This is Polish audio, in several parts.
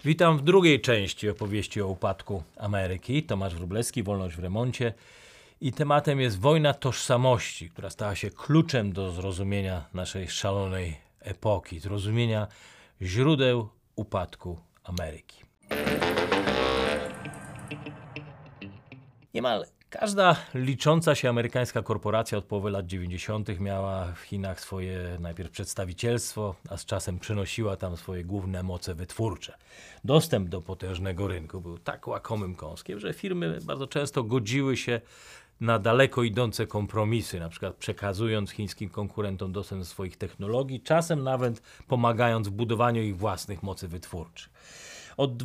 Witam w drugiej części opowieści o upadku Ameryki. Tomasz Wróblewski, Wolność w remoncie. I tematem jest wojna tożsamości, która stała się kluczem do zrozumienia naszej szalonej epoki, zrozumienia źródeł upadku Ameryki. Niemal każda licząca się amerykańska korporacja od połowy lat 90. miała w Chinach swoje najpierw przedstawicielstwo, a z czasem przenosiła tam swoje główne moce wytwórcze. Dostęp do potężnego rynku był tak łakomym kąskiem, że firmy bardzo często godziły się na daleko idące kompromisy, na przykład przekazując chińskim konkurentom dostęp do swoich technologii, czasem nawet pomagając w budowaniu ich własnych mocy wytwórczych. Od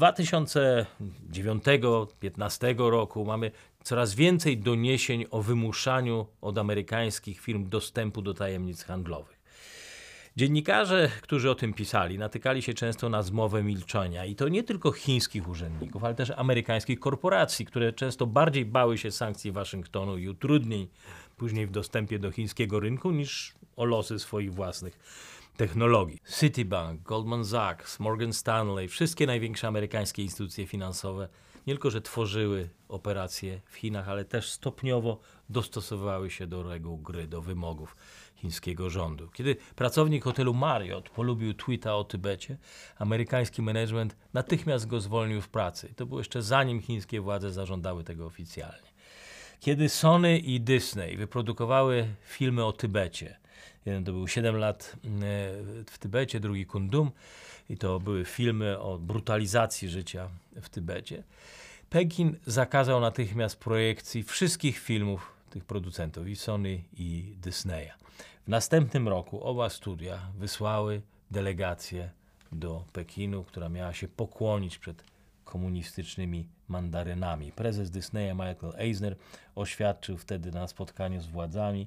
2009-2015 roku mamy coraz więcej doniesień o wymuszaniu od amerykańskich firm dostępu do tajemnic handlowych. Dziennikarze, którzy o tym pisali, natykali się często na zmowę milczenia i to nie tylko chińskich urzędników, ale też amerykańskich korporacji, które często bardziej bały się sankcji Waszyngtonu i utrudnień później w dostępie do chińskiego rynku niż o losy swoich własnych technologii. Citibank, Goldman Sachs, Morgan Stanley, wszystkie największe amerykańskie instytucje finansowe nie tylko, że tworzyły operacje w Chinach, ale też stopniowo dostosowywały się do reguł gry, do wymogów chińskiego rządu. Kiedy pracownik hotelu Marriott polubił tweeta o Tybecie, amerykański management natychmiast go zwolnił w pracy. I to było jeszcze zanim chińskie władze zażądały tego oficjalnie. Kiedy Sony i Disney wyprodukowały filmy o Tybecie, jeden to był 7 lat w Tybecie, drugi Kundum, i to były filmy o brutalizacji życia w Tybecie, Pekin zakazał natychmiast projekcji wszystkich filmów tych producentów, i Sony, i Disneya. W następnym roku oba studia wysłały delegację do Pekinu, która miała się pokłonić przed komunistycznymi mandarynami. Prezes Disneya Michael Eisner oświadczył wtedy na spotkaniu z władzami,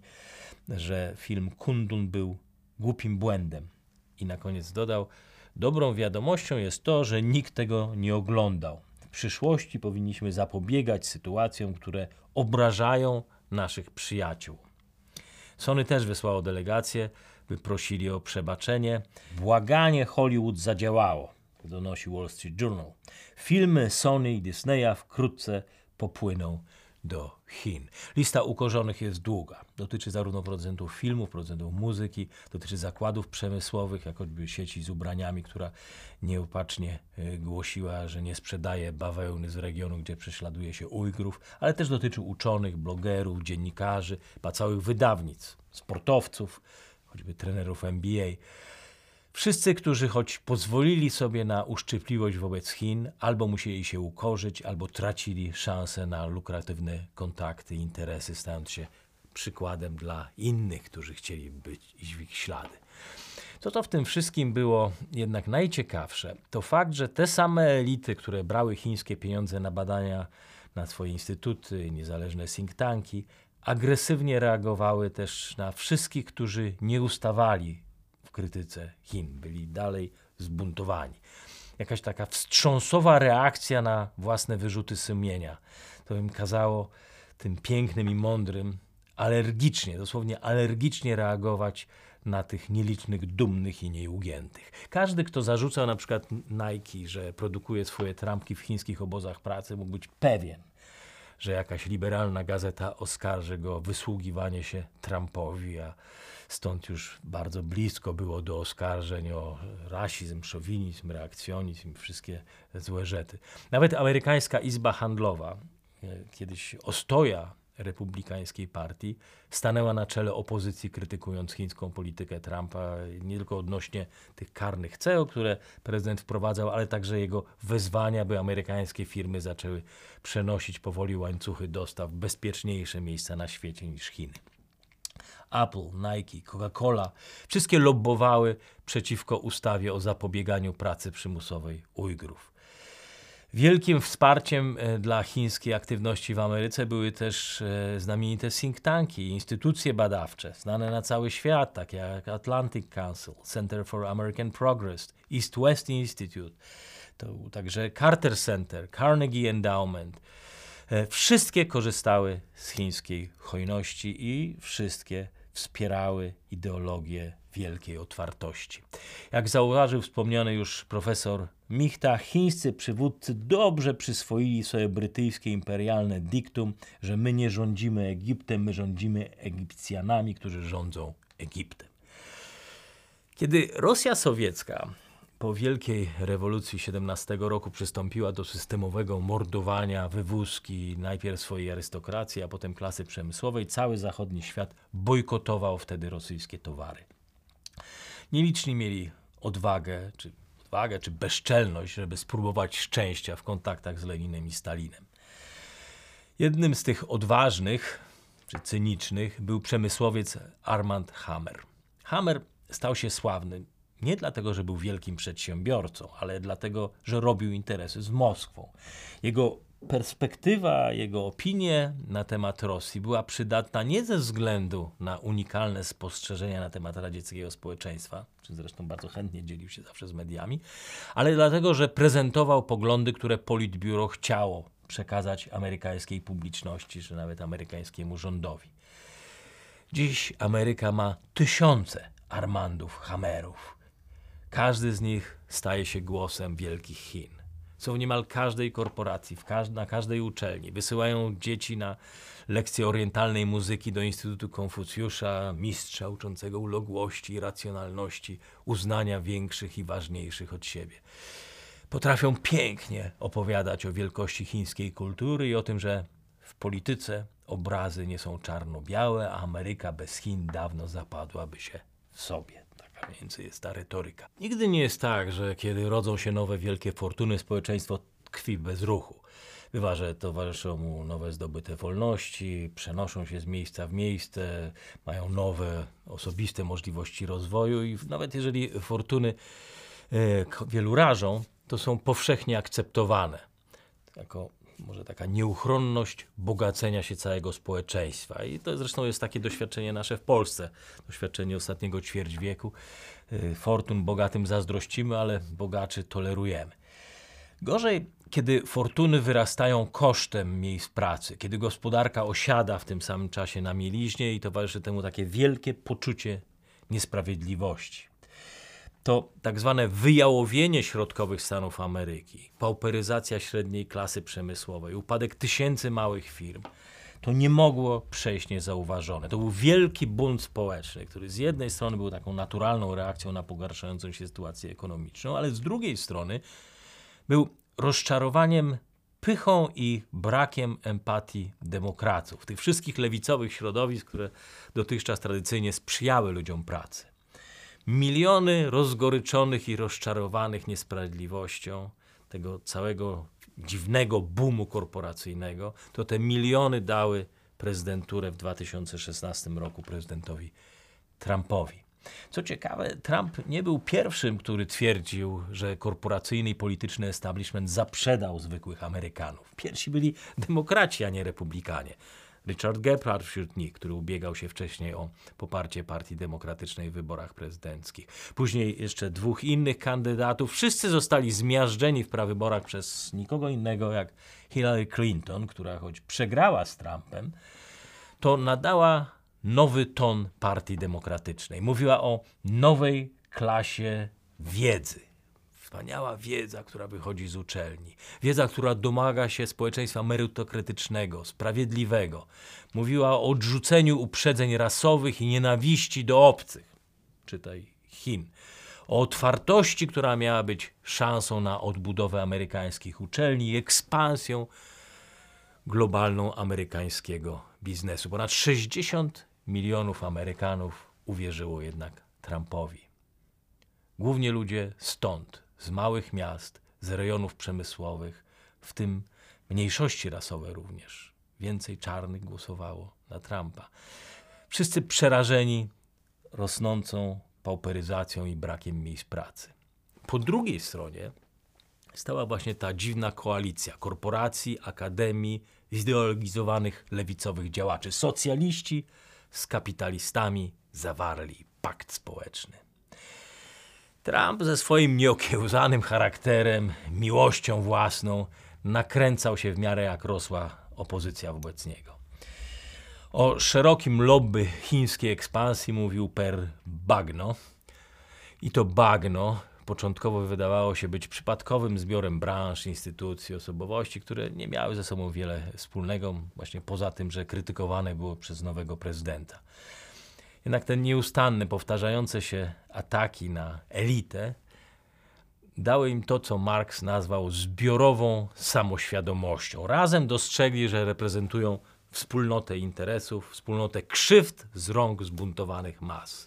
że film Kundun był głupim błędem. I na koniec dodał: dobrą wiadomością jest to, że nikt tego nie oglądał. W przyszłości powinniśmy zapobiegać sytuacjom, które obrażają naszych przyjaciół. Sony też wysłało delegację, by prosili o przebaczenie. Błaganie Hollywood zadziałało, donosi Wall Street Journal. Filmy Sony i Disneya wkrótce popłyną do Chin. Lista ukorzonych jest długa. Dotyczy zarówno producentów filmów, producentów muzyki, dotyczy zakładów przemysłowych, jak choćby sieci z ubraniami, która nieopatrznie głosiła, że nie sprzedaje bawełny z regionu, gdzie prześladuje się Ujgrów, ale też dotyczy uczonych, blogerów, dziennikarzy, całych wydawnictw, sportowców, choćby trenerów NBA. Wszyscy, którzy choć pozwolili sobie na uszczypliwość wobec Chin, albo musieli się ukorzyć, albo tracili szansę na lukratywne kontakty i interesy, stając się przykładem dla innych, którzy chcieli iść w ich ślady. Co w tym wszystkim było jednak najciekawsze, to fakt, że te same elity, które brały chińskie pieniądze na badania, na swoje instytuty, niezależne think tanki, agresywnie reagowały też na wszystkich, którzy nie ustawali w krytyce Chin, byli dalej zbuntowani. Jakaś taka wstrząsowa reakcja na własne wyrzuty sumienia. To im kazało, tym pięknym i mądrym, alergicznie, dosłownie alergicznie reagować na tych nielicznych, dumnych i nieugiętych. Każdy, kto zarzucał na przykład Nike, że produkuje swoje trampki w chińskich obozach pracy, mógł być pewien, że jakaś liberalna gazeta oskarży go o wysługiwanie się Trumpowi, a stąd już bardzo blisko było do oskarżeń o rasizm, szowinizm, reakcjonizm, wszystkie złe rzeczy. Nawet amerykańska Izba Handlowa, kiedyś ostoja republikańskiej partii, stanęła na czele opozycji, krytykując chińską politykę Trumpa, nie tylko odnośnie tych karnych ceł, które prezydent wprowadzał, ale także jego wezwania, by amerykańskie firmy zaczęły przenosić powoli łańcuchy dostaw w bezpieczniejsze miejsca na świecie niż Chiny. Apple, Nike, Coca-Cola, wszystkie lobbowały przeciwko ustawie o zapobieganiu pracy przymusowej Ujgrów. Wielkim wsparciem dla chińskiej aktywności w Ameryce były też znamienite think tanki, instytucje badawcze, znane na cały świat, takie jak Atlantic Council, Center for American Progress, East West Institute, to był także Carter Center, Carnegie Endowment. Wszystkie korzystały z chińskiej hojności i wszystkie wspierały ideologię wielkiej otwartości. Jak zauważył wspomniany już profesor Michta, chińscy przywódcy dobrze przyswoili sobie brytyjskie imperialne diktum, że my nie rządzimy Egiptem, my rządzimy Egipcjanami, którzy rządzą Egiptem. Kiedy Rosja sowiecka po wielkiej rewolucji 17 roku przystąpiła do systemowego mordowania, wywózki najpierw swojej arystokracji, a potem klasy przemysłowej, cały zachodni świat bojkotował wtedy rosyjskie towary. Nieliczni mieli odwagę czy bezczelność, żeby spróbować szczęścia w kontaktach z Leninem i Stalinem. Jednym z tych odważnych czy cynicznych był przemysłowiec Armand Hammer. Hammer stał się sławny nie dlatego, że był wielkim przedsiębiorcą, ale dlatego, że robił interesy z Moskwą. Jego perspektywa, jego opinie na temat Rosji była przydatna nie ze względu na unikalne spostrzeżenia na temat radzieckiego społeczeństwa, czy zresztą bardzo chętnie dzielił się zawsze z mediami, ale dlatego, że prezentował poglądy, które Politbiuro chciało przekazać amerykańskiej publiczności, czy nawet amerykańskiemu rządowi. Dziś Ameryka ma tysiące Armandów Hammerów. Każdy z nich staje się głosem wielkich Chin. Są w niemal każdej korporacji, na każdej uczelni. Wysyłają dzieci na lekcje orientalnej muzyki do Instytutu Konfucjusza, mistrza uczącego uległości i racjonalności, uznania większych i ważniejszych od siebie. Potrafią pięknie opowiadać o wielkości chińskiej kultury i o tym, że w polityce obrazy nie są czarno-białe, a Ameryka bez Chin dawno zapadłaby się w sobie. Taka więcej jest ta retoryka. Nigdy nie jest tak, że kiedy rodzą się nowe wielkie fortuny, społeczeństwo tkwi bez ruchu. Bywa, że towarzyszą mu nowe zdobyte wolności, przenoszą się z miejsca w miejsce, mają nowe osobiste możliwości rozwoju i nawet jeżeli fortuny wielu rażą, to są powszechnie akceptowane. Jako może taka nieuchronność bogacenia się całego społeczeństwa. I to zresztą jest takie doświadczenie nasze w Polsce. Doświadczenie ostatniego ćwierćwieku. Fortun bogatym zazdrościmy, ale bogaczy tolerujemy. Gorzej, kiedy fortuny wyrastają kosztem miejsc pracy, kiedy gospodarka osiada w tym samym czasie na mieliźnie i towarzyszy temu takie wielkie poczucie niesprawiedliwości. To tak zwane wyjałowienie środkowych Stanów Ameryki, pauperyzacja średniej klasy przemysłowej, upadek tysięcy małych firm, to nie mogło przejść niezauważone. To był wielki bunt społeczny, który z jednej strony był taką naturalną reakcją na pogarszającą się sytuację ekonomiczną, ale z drugiej strony był rozczarowaniem pychą i brakiem empatii demokratów, tych wszystkich lewicowych środowisk, które dotychczas tradycyjnie sprzyjały ludziom pracy. Miliony rozgoryczonych i rozczarowanych niesprawiedliwością tego całego dziwnego boomu korporacyjnego, to te miliony dały prezydenturę w 2016 roku prezydentowi Trumpowi. Co ciekawe, Trump nie był pierwszym, który twierdził, że korporacyjny i polityczny establishment zaprzedał zwykłych Amerykanów. Pierwsi byli demokraci, a nie republikanie. Richard Gephardt wśród nich, który ubiegał się wcześniej o poparcie Partii Demokratycznej w wyborach prezydenckich. Później jeszcze dwóch innych kandydatów. Wszyscy zostali zmiażdżeni w prawyborach przez nikogo innego jak Hillary Clinton, która choć przegrała z Trumpem, to nadała nowy ton Partii Demokratycznej. Mówiła o nowej klasie wiedzy. Wspaniała wiedza, która wychodzi z uczelni. Wiedza, która domaga się społeczeństwa merytokrytycznego, sprawiedliwego. Mówiła o odrzuceniu uprzedzeń rasowych i nienawiści do obcych. Czytaj Chin. O otwartości, która miała być szansą na odbudowę amerykańskich uczelni i ekspansją globalną amerykańskiego biznesu. Ponad 60 milionów Amerykanów uwierzyło jednak Trumpowi. Głównie ludzie stąd, z małych miast, z rejonów przemysłowych, w tym mniejszości rasowe również. Więcej czarnych głosowało na Trumpa. Wszyscy przerażeni rosnącą pauperyzacją i brakiem miejsc pracy. Po drugiej stronie stała właśnie ta dziwna koalicja korporacji, akademii, zideologizowanych lewicowych działaczy. Socjaliści z kapitalistami zawarli pakt społeczny. Trump ze swoim nieokiełzanym charakterem, miłością własną nakręcał się w miarę jak rosła opozycja wobec niego. O szerokim lobby chińskiej ekspansji mówił per bagno i to bagno początkowo wydawało się być przypadkowym zbiorem branż, instytucji, osobowości, które nie miały ze sobą wiele wspólnego, właśnie poza tym, że krytykowane było przez nowego prezydenta. Jednak te nieustanne, powtarzające się ataki na elitę dały im to, co Marx nazwał zbiorową samoświadomością. Razem dostrzegli, że reprezentują wspólnotę interesów, wspólnotę krzywd z rąk zbuntowanych mas.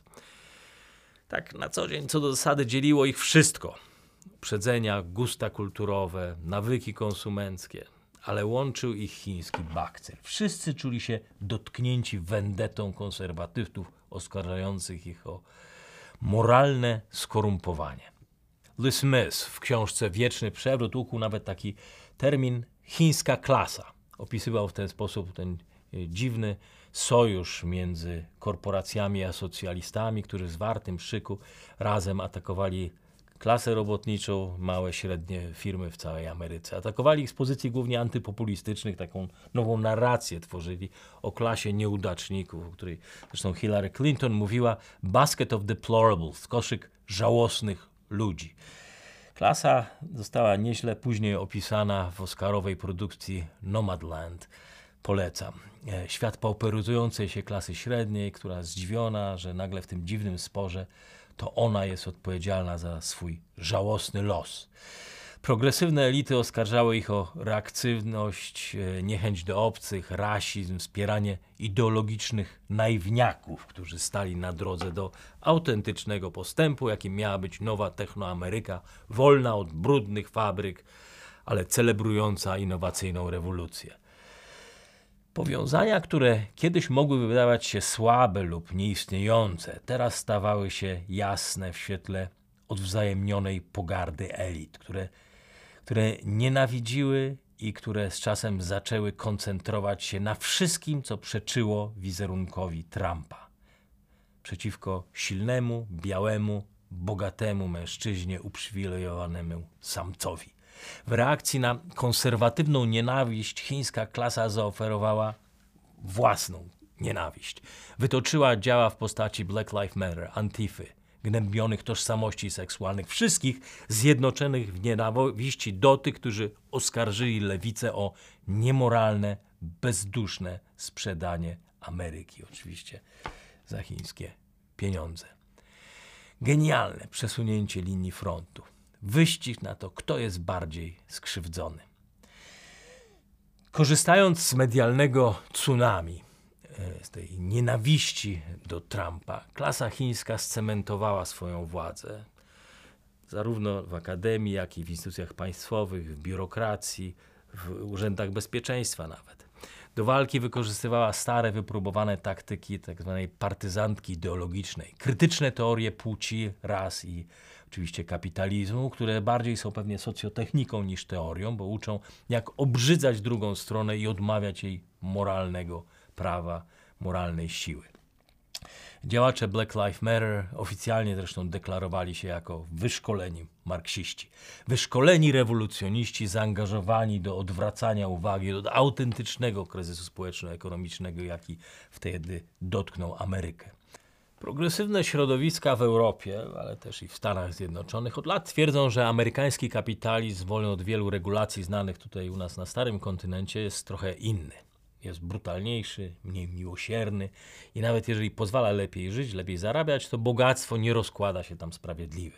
Tak na co dzień, co do zasady, dzieliło ich wszystko. Uprzedzenia, gusta kulturowe, nawyki konsumenckie, ale łączył ich chiński bakcyl. Wszyscy czuli się dotknięci wendetą konserwatystów oskarżających ich o moralne skorumpowanie. Lee Smith w książce Wieczny Przewrót ukuł nawet taki termin chińska klasa. Opisywał w ten sposób ten dziwny sojusz między korporacjami a socjalistami, którzy w zwartym szyku razem atakowali klasę robotniczą, małe, średnie firmy w całej Ameryce. Atakowali ich z pozycji głównie antypopulistycznych, taką nową narrację tworzyli o klasie nieudaczników, o której zresztą Hillary Clinton mówiła basket of deplorables, koszyk żałosnych ludzi. Klasa została nieźle później opisana w oscarowej produkcji Nomadland. Polecam. Świat pauperyzującej się klasy średniej, która zdziwiona, że nagle w tym dziwnym sporze to ona jest odpowiedzialna za swój żałosny los. Progresywne elity oskarżały ich o reaktywność, niechęć do obcych, rasizm, wspieranie ideologicznych naiwniaków, którzy stali na drodze do autentycznego postępu, jakim miała być nowa technoameryka, wolna od brudnych fabryk, ale celebrująca innowacyjną rewolucję. Powiązania, które kiedyś mogły wydawać się słabe lub nieistniejące, teraz stawały się jasne w świetle odwzajemnionej pogardy elit, które nienawidziły i które z czasem zaczęły koncentrować się na wszystkim, co przeczyło wizerunkowi Trumpa. Przeciwko silnemu, białemu, bogatemu mężczyźnie uprzywilejowanemu samcowi. W reakcji na konserwatywną nienawiść chińska klasa zaoferowała własną nienawiść. Wytoczyła działa w postaci Black Lives Matter, Antify, gnębionych tożsamości seksualnych, wszystkich zjednoczonych w nienawiści do tych, którzy oskarżyli lewicę o niemoralne, bezduszne sprzedanie Ameryki, oczywiście za chińskie pieniądze. Genialne przesunięcie linii frontu. Wyścig na to, kto jest bardziej skrzywdzony. Korzystając z medialnego tsunami, z tej nienawiści do Trumpa, klasa chińska scementowała swoją władzę. Zarówno w akademii, jak i w instytucjach państwowych, w biurokracji, w urzędach bezpieczeństwa nawet. Do walki wykorzystywała stare, wypróbowane taktyki tzw. partyzantki ideologicznej. Krytyczne teorie płci, ras i oczywiście kapitalizmu, które bardziej są pewnie socjotechniką niż teorią, bo uczą, jak obrzydzać drugą stronę i odmawiać jej moralnego prawa, moralnej siły. Działacze Black Lives Matter oficjalnie zresztą deklarowali się jako wyszkoleni marksiści. Wyszkoleni rewolucjoniści zaangażowani do odwracania uwagi od autentycznego kryzysu społeczno-ekonomicznego, jaki wtedy dotknął Amerykę. Progresywne środowiska w Europie, ale też i w Stanach Zjednoczonych od lat twierdzą, że amerykański kapitalizm, wolny od wielu regulacji znanych tutaj u nas na starym kontynencie, jest trochę inny. Jest brutalniejszy, mniej miłosierny i nawet jeżeli pozwala lepiej żyć, lepiej zarabiać, to bogactwo nie rozkłada się tam sprawiedliwie.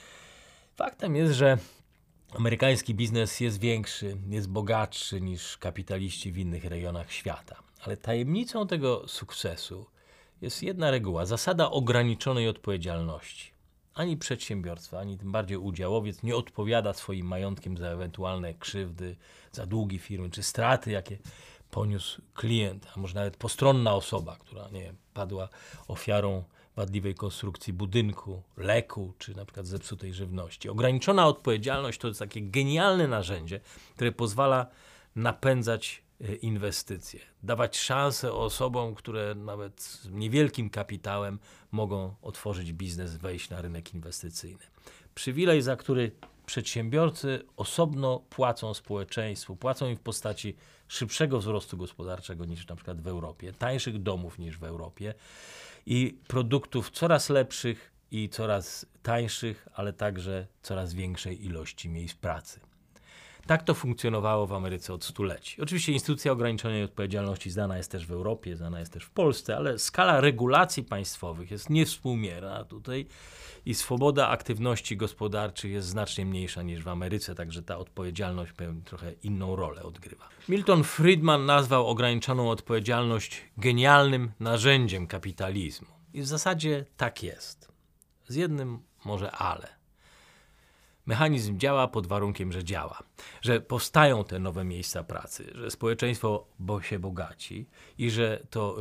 Faktem jest, że amerykański biznes jest większy, jest bogatszy niż kapitaliści w innych rejonach świata. Ale tajemnicą tego sukcesu jest jedna reguła, zasada ograniczonej odpowiedzialności. Ani przedsiębiorstwo, ani tym bardziej udziałowiec nie odpowiada swoim majątkiem za ewentualne krzywdy, za długi firmy czy straty, jakie poniósł klient, a może nawet postronna osoba, która padła ofiarą wadliwej konstrukcji budynku, leku czy na przykład zepsutej żywności. Ograniczona odpowiedzialność to jest takie genialne narzędzie, które pozwala napędzać inwestycje, dawać szansę osobom, które nawet z niewielkim kapitałem mogą otworzyć biznes, wejść na rynek inwestycyjny. Przywilej, za który przedsiębiorcy osobno płacą społeczeństwu, płacą im w postaci szybszego wzrostu gospodarczego niż na przykład w Europie, tańszych domów niż w Europie i produktów coraz lepszych i coraz tańszych, ale także coraz większej ilości miejsc pracy. Tak to funkcjonowało w Ameryce od stuleci. Oczywiście instytucja ograniczonej odpowiedzialności znana jest też w Europie, znana jest też w Polsce, ale skala regulacji państwowych jest niewspółmierna tutaj i swoboda aktywności gospodarczych jest znacznie mniejsza niż w Ameryce, także ta odpowiedzialność trochę inną rolę odgrywa. Milton Friedman nazwał ograniczoną odpowiedzialność genialnym narzędziem kapitalizmu. I w zasadzie tak jest. Z jednym może ale. Mechanizm działa pod warunkiem, że działa, że powstają te nowe miejsca pracy, że społeczeństwo się bogaci i że to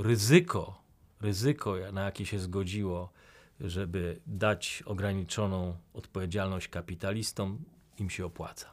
ryzyko, na jakie się zgodziło, żeby dać ograniczoną odpowiedzialność kapitalistom, im się opłaca.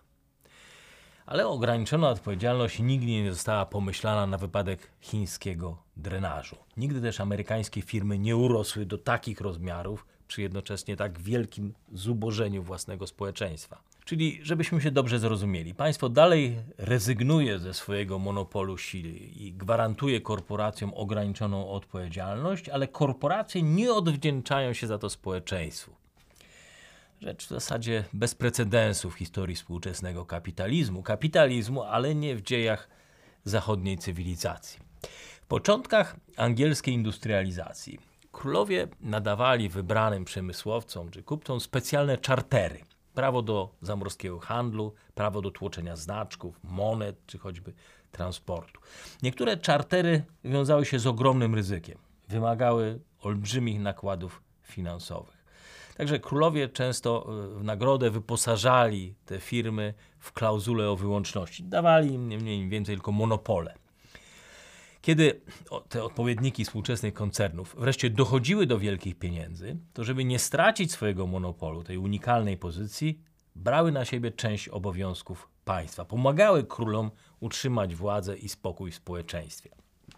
Ale ograniczona odpowiedzialność nigdy nie została pomyślana na wypadek chińskiego drenażu. Nigdy też amerykańskie firmy nie urosły do takich rozmiarów przy jednocześnie tak wielkim zubożeniu własnego społeczeństwa. Czyli, żebyśmy się dobrze zrozumieli, państwo dalej rezygnuje ze swojego monopolu siły i gwarantuje korporacjom ograniczoną odpowiedzialność, ale korporacje nie odwdzięczają się za to społeczeństwu. Rzecz w zasadzie bez precedensu w historii współczesnego kapitalizmu, ale nie w dziejach zachodniej cywilizacji. W początkach angielskiej industrializacji królowie nadawali wybranym przemysłowcom czy kupcom specjalne czartery. Prawo do zamorskiego handlu, prawo do tłoczenia znaczków, monet czy choćby transportu. Niektóre czartery wiązały się z ogromnym ryzykiem. Wymagały olbrzymich nakładów finansowych. Także królowie często w nagrodę wyposażali te firmy w klauzulę o wyłączności. Dawali im nie mniej więcej tylko monopole. Kiedy te odpowiedniki współczesnych koncernów wreszcie dochodziły do wielkich pieniędzy, to żeby nie stracić swojego monopolu, tej unikalnej pozycji, brały na siebie część obowiązków państwa. Pomagały królom utrzymać władzę i spokój w społeczeństwie.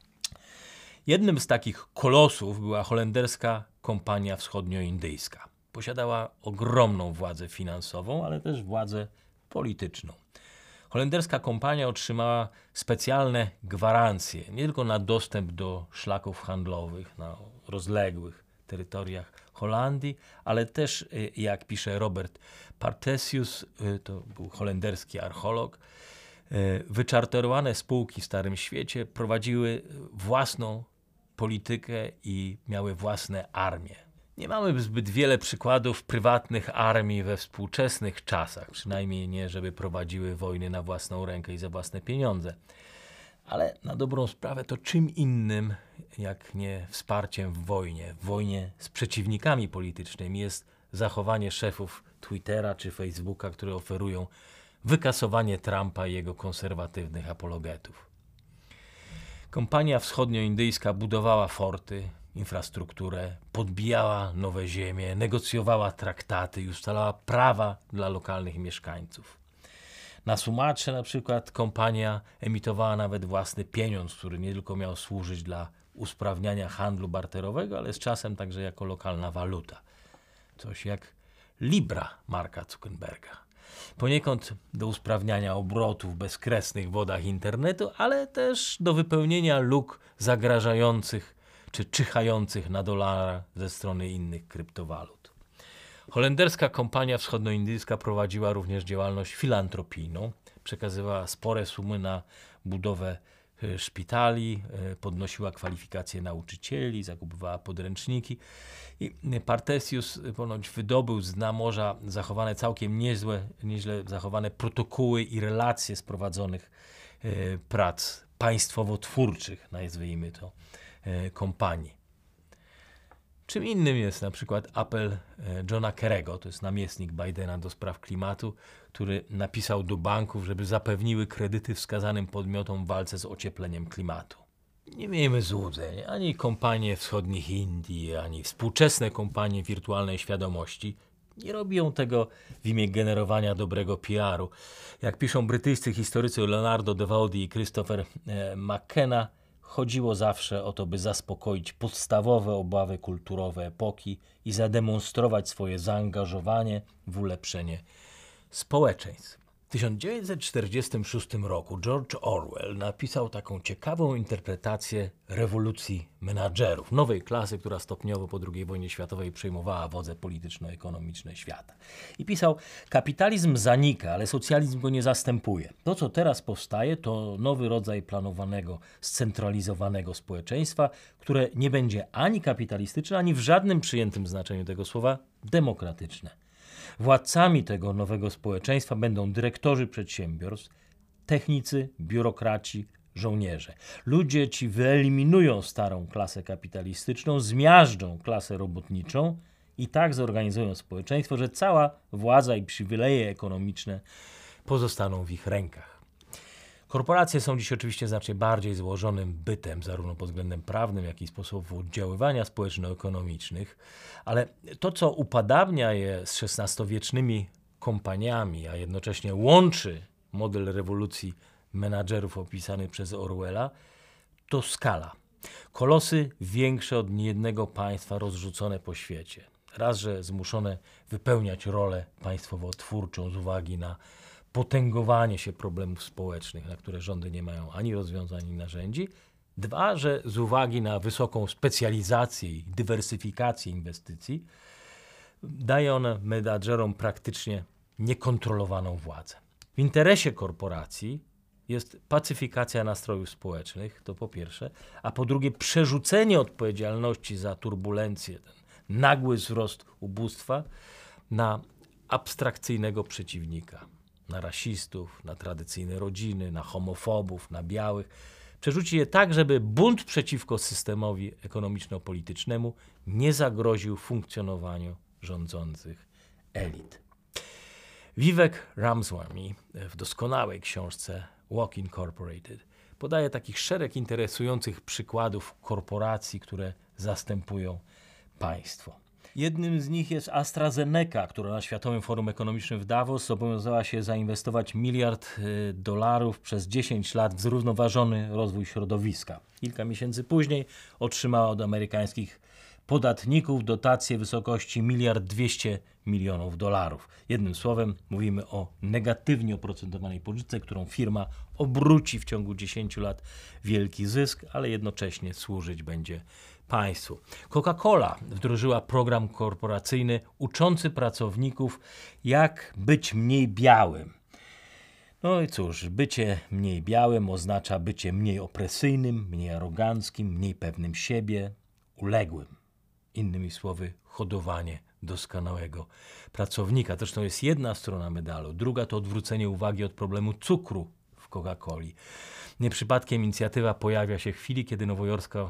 Jednym z takich kolosów była holenderska Kompania Wschodnioindyjska. Posiadała ogromną władzę finansową, ale też władzę polityczną. Holenderska kompania otrzymała specjalne gwarancje nie tylko na dostęp do szlaków handlowych na rozległych terytoriach Holandii, ale też, jak pisze Robert Partesius, to był holenderski archeolog, wyczarterowane spółki w Starym Świecie prowadziły własną politykę i miały własne armie. Nie mamy zbyt wiele przykładów prywatnych armii we współczesnych czasach, przynajmniej nie, żeby prowadziły wojny na własną rękę i za własne pieniądze. Ale na dobrą sprawę to czym innym, jak nie wsparciem w wojnie z przeciwnikami politycznymi jest zachowanie szefów Twittera czy Facebooka, które oferują wykasowanie Trumpa i jego konserwatywnych apologetów. Kompania Wschodnioindyjska budowała forty, infrastrukturę, podbijała nowe ziemie, negocjowała traktaty i ustalała prawa dla lokalnych mieszkańców. Na Sumatrze na przykład kompania emitowała nawet własny pieniądz, który nie tylko miał służyć dla usprawniania handlu barterowego, ale z czasem także jako lokalna waluta. Coś jak Libra Marka Zuckerberga. Poniekąd do usprawniania obrotu w bezkresnych wodach internetu, ale też do wypełnienia luk zagrażających czy czyhających na dolara ze strony innych kryptowalut. Holenderska Kompania Wschodnioindyjska prowadziła również działalność filantropijną, przekazywała spore sumy na budowę szpitali, podnosiła kwalifikacje nauczycieli, zakupywała podręczniki i Partesius ponoć wydobył z dna morza zachowane całkiem nieźle zachowane protokoły i relacje z prowadzonych prac państwowo-twórczych, nazwijmy to, kompanii. Czym innym jest na przykład apel Johna Kerry'ego, to jest namiestnik Bidena do spraw klimatu, który napisał do banków, żeby zapewniły kredyty wskazanym podmiotom w walce z ociepleniem klimatu. Nie miejmy złudzeń, ani kompanie wschodnich Indii, ani współczesne kompanie wirtualnej świadomości nie robią tego w imię generowania dobrego PR-u. Jak piszą brytyjscy historycy Leonardo Devaldi i Christopher McKenna, chodziło zawsze o to, by zaspokoić podstawowe obawy kulturowe epoki i zademonstrować swoje zaangażowanie w ulepszenie społeczeństw. W 1946 roku George Orwell napisał taką ciekawą interpretację rewolucji menadżerów, nowej klasy, która stopniowo po II wojnie światowej przejmowała wodze polityczno-ekonomiczne świata. I pisał: kapitalizm zanika, ale socjalizm go nie zastępuje. To, co teraz powstaje, to nowy rodzaj planowanego, scentralizowanego społeczeństwa, które nie będzie ani kapitalistyczne, ani w żadnym przyjętym znaczeniu tego słowa demokratyczne. Władcami tego nowego społeczeństwa będą dyrektorzy przedsiębiorstw, technicy, biurokraci, żołnierze. Ludzie ci wyeliminują starą klasę kapitalistyczną, zmiażdżą klasę robotniczą i tak zorganizują społeczeństwo, że cała władza i przywileje ekonomiczne pozostaną w ich rękach. Korporacje są dziś oczywiście znacznie bardziej złożonym bytem, zarówno pod względem prawnym, jak i sposobów oddziaływania społeczno-ekonomicznych, ale to, co upadabnia je z XVI-wiecznymi kompaniami, a jednocześnie łączy model rewolucji menadżerów opisany przez Orwella, to skala. Kolosy większe od niejednego państwa rozrzucone po świecie. Raz, że zmuszone wypełniać rolę państwowo-twórczą z uwagi na potęgowanie się problemów społecznych, na które rządy nie mają ani rozwiązań, ani narzędzi. Dwa, że z uwagi na wysoką specjalizację i dywersyfikację inwestycji daje one menadżerom praktycznie niekontrolowaną władzę. W interesie korporacji jest pacyfikacja nastrojów społecznych, to po pierwsze, a po drugie przerzucenie odpowiedzialności za turbulencję, ten nagły wzrost ubóstwa na abstrakcyjnego przeciwnika. Na rasistów, na tradycyjne rodziny, na homofobów, na białych. Przerzuci je tak, żeby bunt przeciwko systemowi ekonomiczno-politycznemu nie zagroził funkcjonowaniu rządzących elit. Vivek Ramaswamy w doskonałej książce Walk Incorporated podaje takich szereg interesujących przykładów korporacji, które zastępują państwo. Jednym z nich jest AstraZeneca, która na Światowym Forum Ekonomicznym w Davos zobowiązała się zainwestować $1 miliard przez 10 lat w zrównoważony rozwój środowiska. Kilka miesięcy później otrzymała od amerykańskich podatników dotację w wysokości $1,2 miliardów. Jednym słowem mówimy o negatywnie oprocentowanej pożyczce, którą firma obróci w ciągu 10 lat wielki zysk, ale jednocześnie służyć będzie państwu. Coca-Cola wdrożyła program korporacyjny uczący pracowników, jak być mniej białym. No i cóż, bycie mniej białym oznacza bycie mniej opresyjnym, mniej aroganckim, mniej pewnym siebie, uległym. Innymi słowy, hodowanie doskonałego pracownika. Zresztą jest jedna strona medalu. Druga to odwrócenie uwagi od problemu cukru w Coca-Coli. Nie przypadkiem inicjatywa pojawia się w chwili, kiedy nowojorska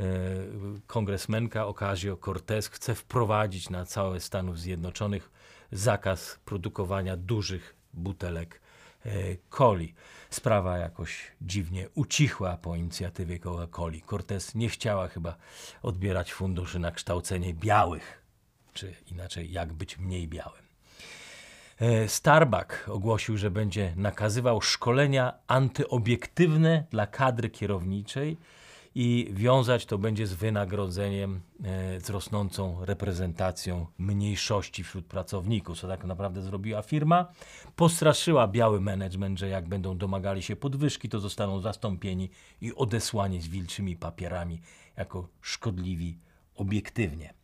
kongresmenka Ocasio-Cortez chce wprowadzić na całe Stanów Zjednoczonych zakaz produkowania dużych butelek coli. Sprawa jakoś dziwnie ucichła po inicjatywie Coca-Coli. Cortez nie chciała chyba odbierać funduszy na kształcenie białych, czy inaczej, jak być mniej białym. Starbucks ogłosił, że będzie nakazywał szkolenia antyobiektywne dla kadry kierowniczej i wiązać to będzie z wynagrodzeniem, z rosnącą reprezentacją mniejszości wśród pracowników. Co tak naprawdę zrobiła firma? Postraszyła biały management, że jak będą domagali się podwyżki, to zostaną zastąpieni i odesłani z wilczymi papierami jako szkodliwi obiektywnie.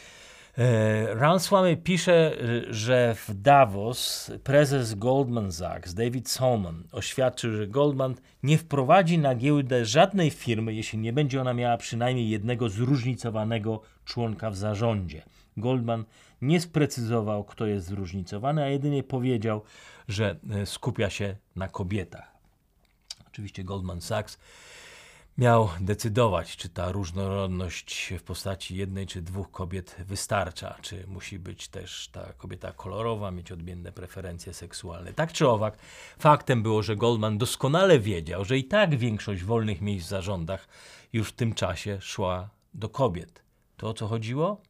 Ramaswamy pisze, że w Davos prezes Goldman Sachs, David Solomon, oświadczył, że Goldman nie wprowadzi na giełdę żadnej firmy, jeśli nie będzie ona miała przynajmniej jednego zróżnicowanego członka w zarządzie. Goldman nie sprecyzował, kto jest zróżnicowany, a jedynie powiedział, że skupia się na kobietach. Oczywiście Goldman Sachs miał decydować, czy ta różnorodność w postaci jednej czy dwóch kobiet wystarcza, czy musi być też ta kobieta kolorowa, mieć odmienne preferencje seksualne. Tak czy owak, faktem było, że Goldman doskonale wiedział, że i tak większość wolnych miejsc w zarządach już w tym czasie szła do kobiet. To o co chodziło?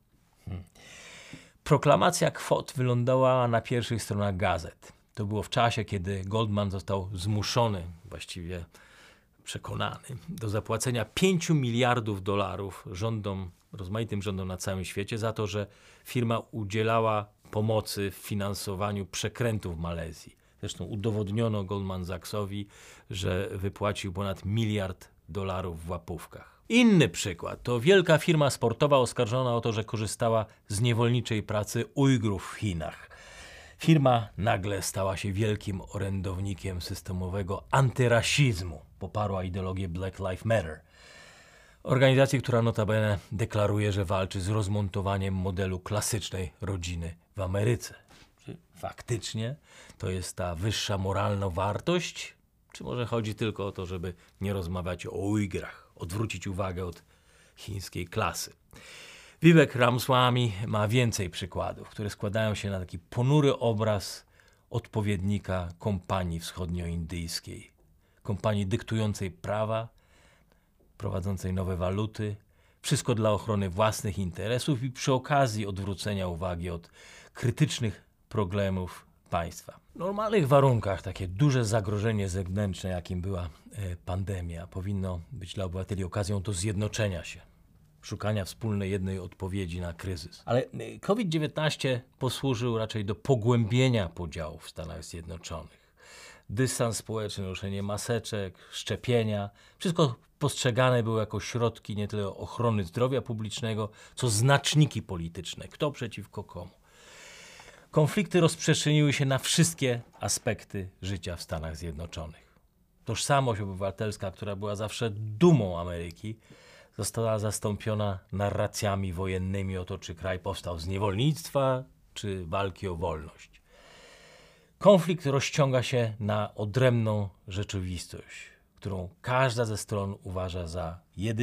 Proklamacja kwot wylądowała na pierwszych stronach gazet. To było w czasie, kiedy Goldman został zmuszony, właściwie przekonany, do zapłacenia $5 miliardów rozmaitym rządom na całym świecie za to, że firma udzielała pomocy w finansowaniu przekrętów w Malezji. Zresztą udowodniono Goldman Sachsowi, że wypłacił ponad $1 miliard w łapówkach. Inny przykład to wielka firma sportowa oskarżona o to, że korzystała z niewolniczej pracy Ujgrów w Chinach. Firma nagle stała się wielkim orędownikiem systemowego antyrasizmu. Poparła ideologię Black Lives Matter. Organizacji, która notabene deklaruje, że walczy z rozmontowaniem modelu klasycznej rodziny w Ameryce. Czy faktycznie to jest ta wyższa moralna wartość? Czy może chodzi tylko o to, żeby nie rozmawiać o Ujgrach, odwrócić uwagę od chińskiej klasy? Vivek Ramaswamy ma więcej przykładów, które składają się na taki ponury obraz odpowiednika kompanii wschodnioindyjskiej. Kompanii dyktującej prawa, prowadzącej nowe waluty, wszystko dla ochrony własnych interesów i przy okazji odwrócenia uwagi od krytycznych problemów państwa. W normalnych warunkach takie duże zagrożenie zewnętrzne, jakim była pandemia, powinno być dla obywateli okazją do zjednoczenia się, szukania wspólnej jednej odpowiedzi na kryzys. Ale COVID-19 posłużył raczej do pogłębienia podziałów w Stanach Zjednoczonych. Dystans społeczny, noszenie maseczek, szczepienia, wszystko postrzegane było jako środki nie tyle ochrony zdrowia publicznego, co znaczniki polityczne. Kto przeciwko komu. Konflikty rozprzestrzeniły się na wszystkie aspekty życia w Stanach Zjednoczonych. Tożsamość obywatelska, która była zawsze dumą Ameryki, została zastąpiona narracjami wojennymi o to, czy kraj powstał z niewolnictwa, czy walki o wolność. Konflikt rozciąga się na odrębną rzeczywistość, którą każda ze stron uważa za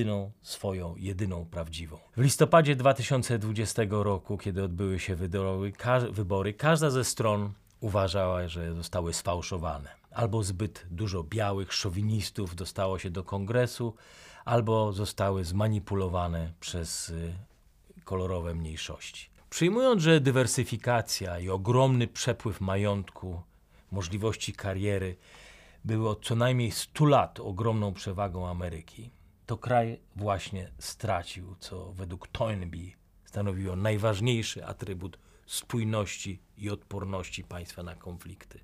jedyną prawdziwą. W listopadzie 2020 roku, kiedy odbyły się wybory, każda ze stron uważała, że zostały sfałszowane. Albo zbyt dużo białych szowinistów dostało się do kongresu, albo zostały zmanipulowane przez kolorowe mniejszości. Przyjmując, że dywersyfikacja i ogromny przepływ majątku, możliwości kariery były od co najmniej 100 lat ogromną przewagą Ameryki, to kraj właśnie stracił, co według Toynbee stanowiło najważniejszy atrybut spójności i odporności państwa na konflikty.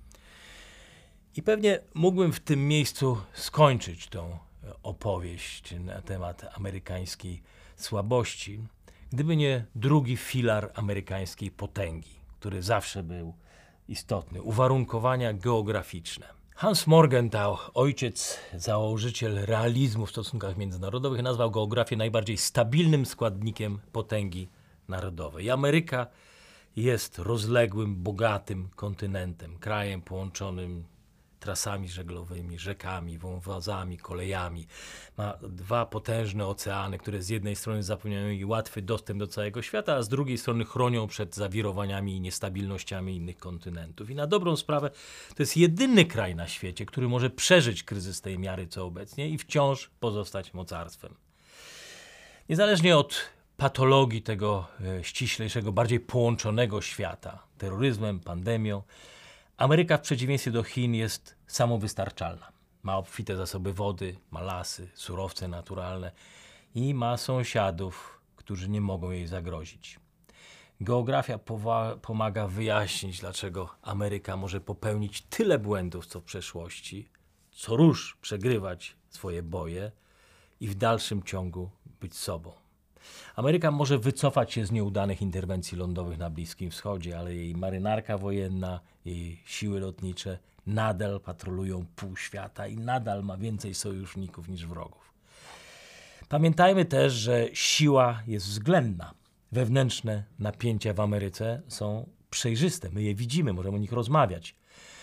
I pewnie mógłbym w tym miejscu skończyć tą opowieść na temat amerykańskiej słabości, gdyby nie drugi filar amerykańskiej potęgi, który zawsze był istotny, uwarunkowania geograficzne. Hans Morgenthau, ojciec, założyciel realizmu w stosunkach międzynarodowych, nazwał geografię najbardziej stabilnym składnikiem potęgi narodowej. I Ameryka jest rozległym, bogatym kontynentem, krajem połączonym trasami żeglowymi, rzekami, wąwozami, kolejami. Ma 2 potężne oceany, które z jednej strony zapewniają jej łatwy dostęp do całego świata, a z drugiej strony chronią przed zawirowaniami i niestabilnościami innych kontynentów. I na dobrą sprawę to jest jedyny kraj na świecie, który może przeżyć kryzys tej miary co obecnie i wciąż pozostać mocarstwem. Niezależnie od patologii tego ściślejszego, bardziej połączonego świata, terroryzmem, pandemią, Ameryka w przeciwieństwie do Chin jest samowystarczalna. Ma obfite zasoby wody, ma lasy, surowce naturalne i ma sąsiadów, którzy nie mogą jej zagrozić. Geografia pomaga wyjaśnić, dlaczego Ameryka może popełnić tyle błędów co w przeszłości, co róż przegrywać swoje boje i w dalszym ciągu być sobą. Ameryka może wycofać się z nieudanych interwencji lądowych na Bliskim Wschodzie, ale jej marynarka wojenna, jej siły lotnicze nadal patrolują pół świata i nadal ma więcej sojuszników niż wrogów. Pamiętajmy też, że siła jest względna. Wewnętrzne napięcia w Ameryce są przejrzyste, my je widzimy, możemy o nich rozmawiać.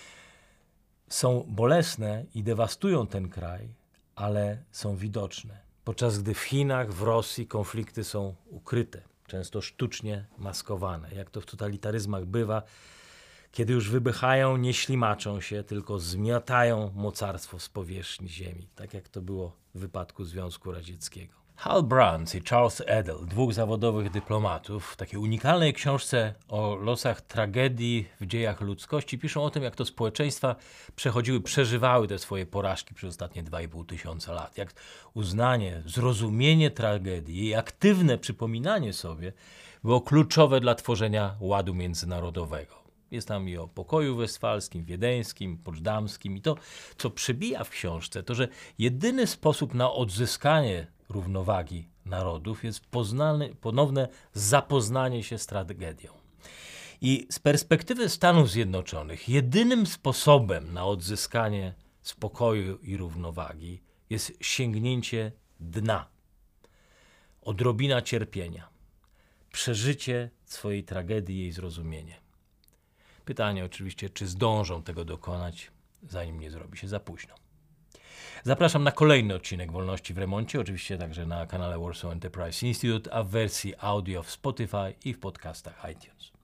Są bolesne i dewastują ten kraj, ale są widoczne. Podczas gdy w Chinach, w Rosji konflikty są ukryte, często sztucznie maskowane. Jak to w totalitaryzmach bywa, kiedy już wybuchają, nie ślimaczą się, tylko zmiatają mocarstwo z powierzchni ziemi, tak jak to było w wypadku Związku Radzieckiego. Hal Brands i Charles Edel, 2 zawodowych dyplomatów, w takiej unikalnej książce o losach tragedii w dziejach ludzkości piszą o tym, jak to społeczeństwa przeżywały te swoje porażki przez ostatnie 2,5 tysiąca lat. Jak uznanie, zrozumienie tragedii i aktywne przypominanie sobie było kluczowe dla tworzenia ładu międzynarodowego. Jest tam i o pokoju westfalskim, wiedeńskim, poczdamskim. I to, co przebija w książce, to, że jedyny sposób na odzyskanie równowagi narodów jest ponowne zapoznanie się z tragedią. I z perspektywy Stanów Zjednoczonych jedynym sposobem na odzyskanie spokoju i równowagi jest sięgnięcie dna, odrobina cierpienia, przeżycie swojej tragedii i jej zrozumienie. Pytanie oczywiście, czy zdążą tego dokonać, zanim nie zrobi się za późno. Zapraszam na kolejny odcinek Wolności w Remoncie, oczywiście także na kanale Warsaw Enterprise Institute, a w wersji audio w Spotify i w podcastach iTunes.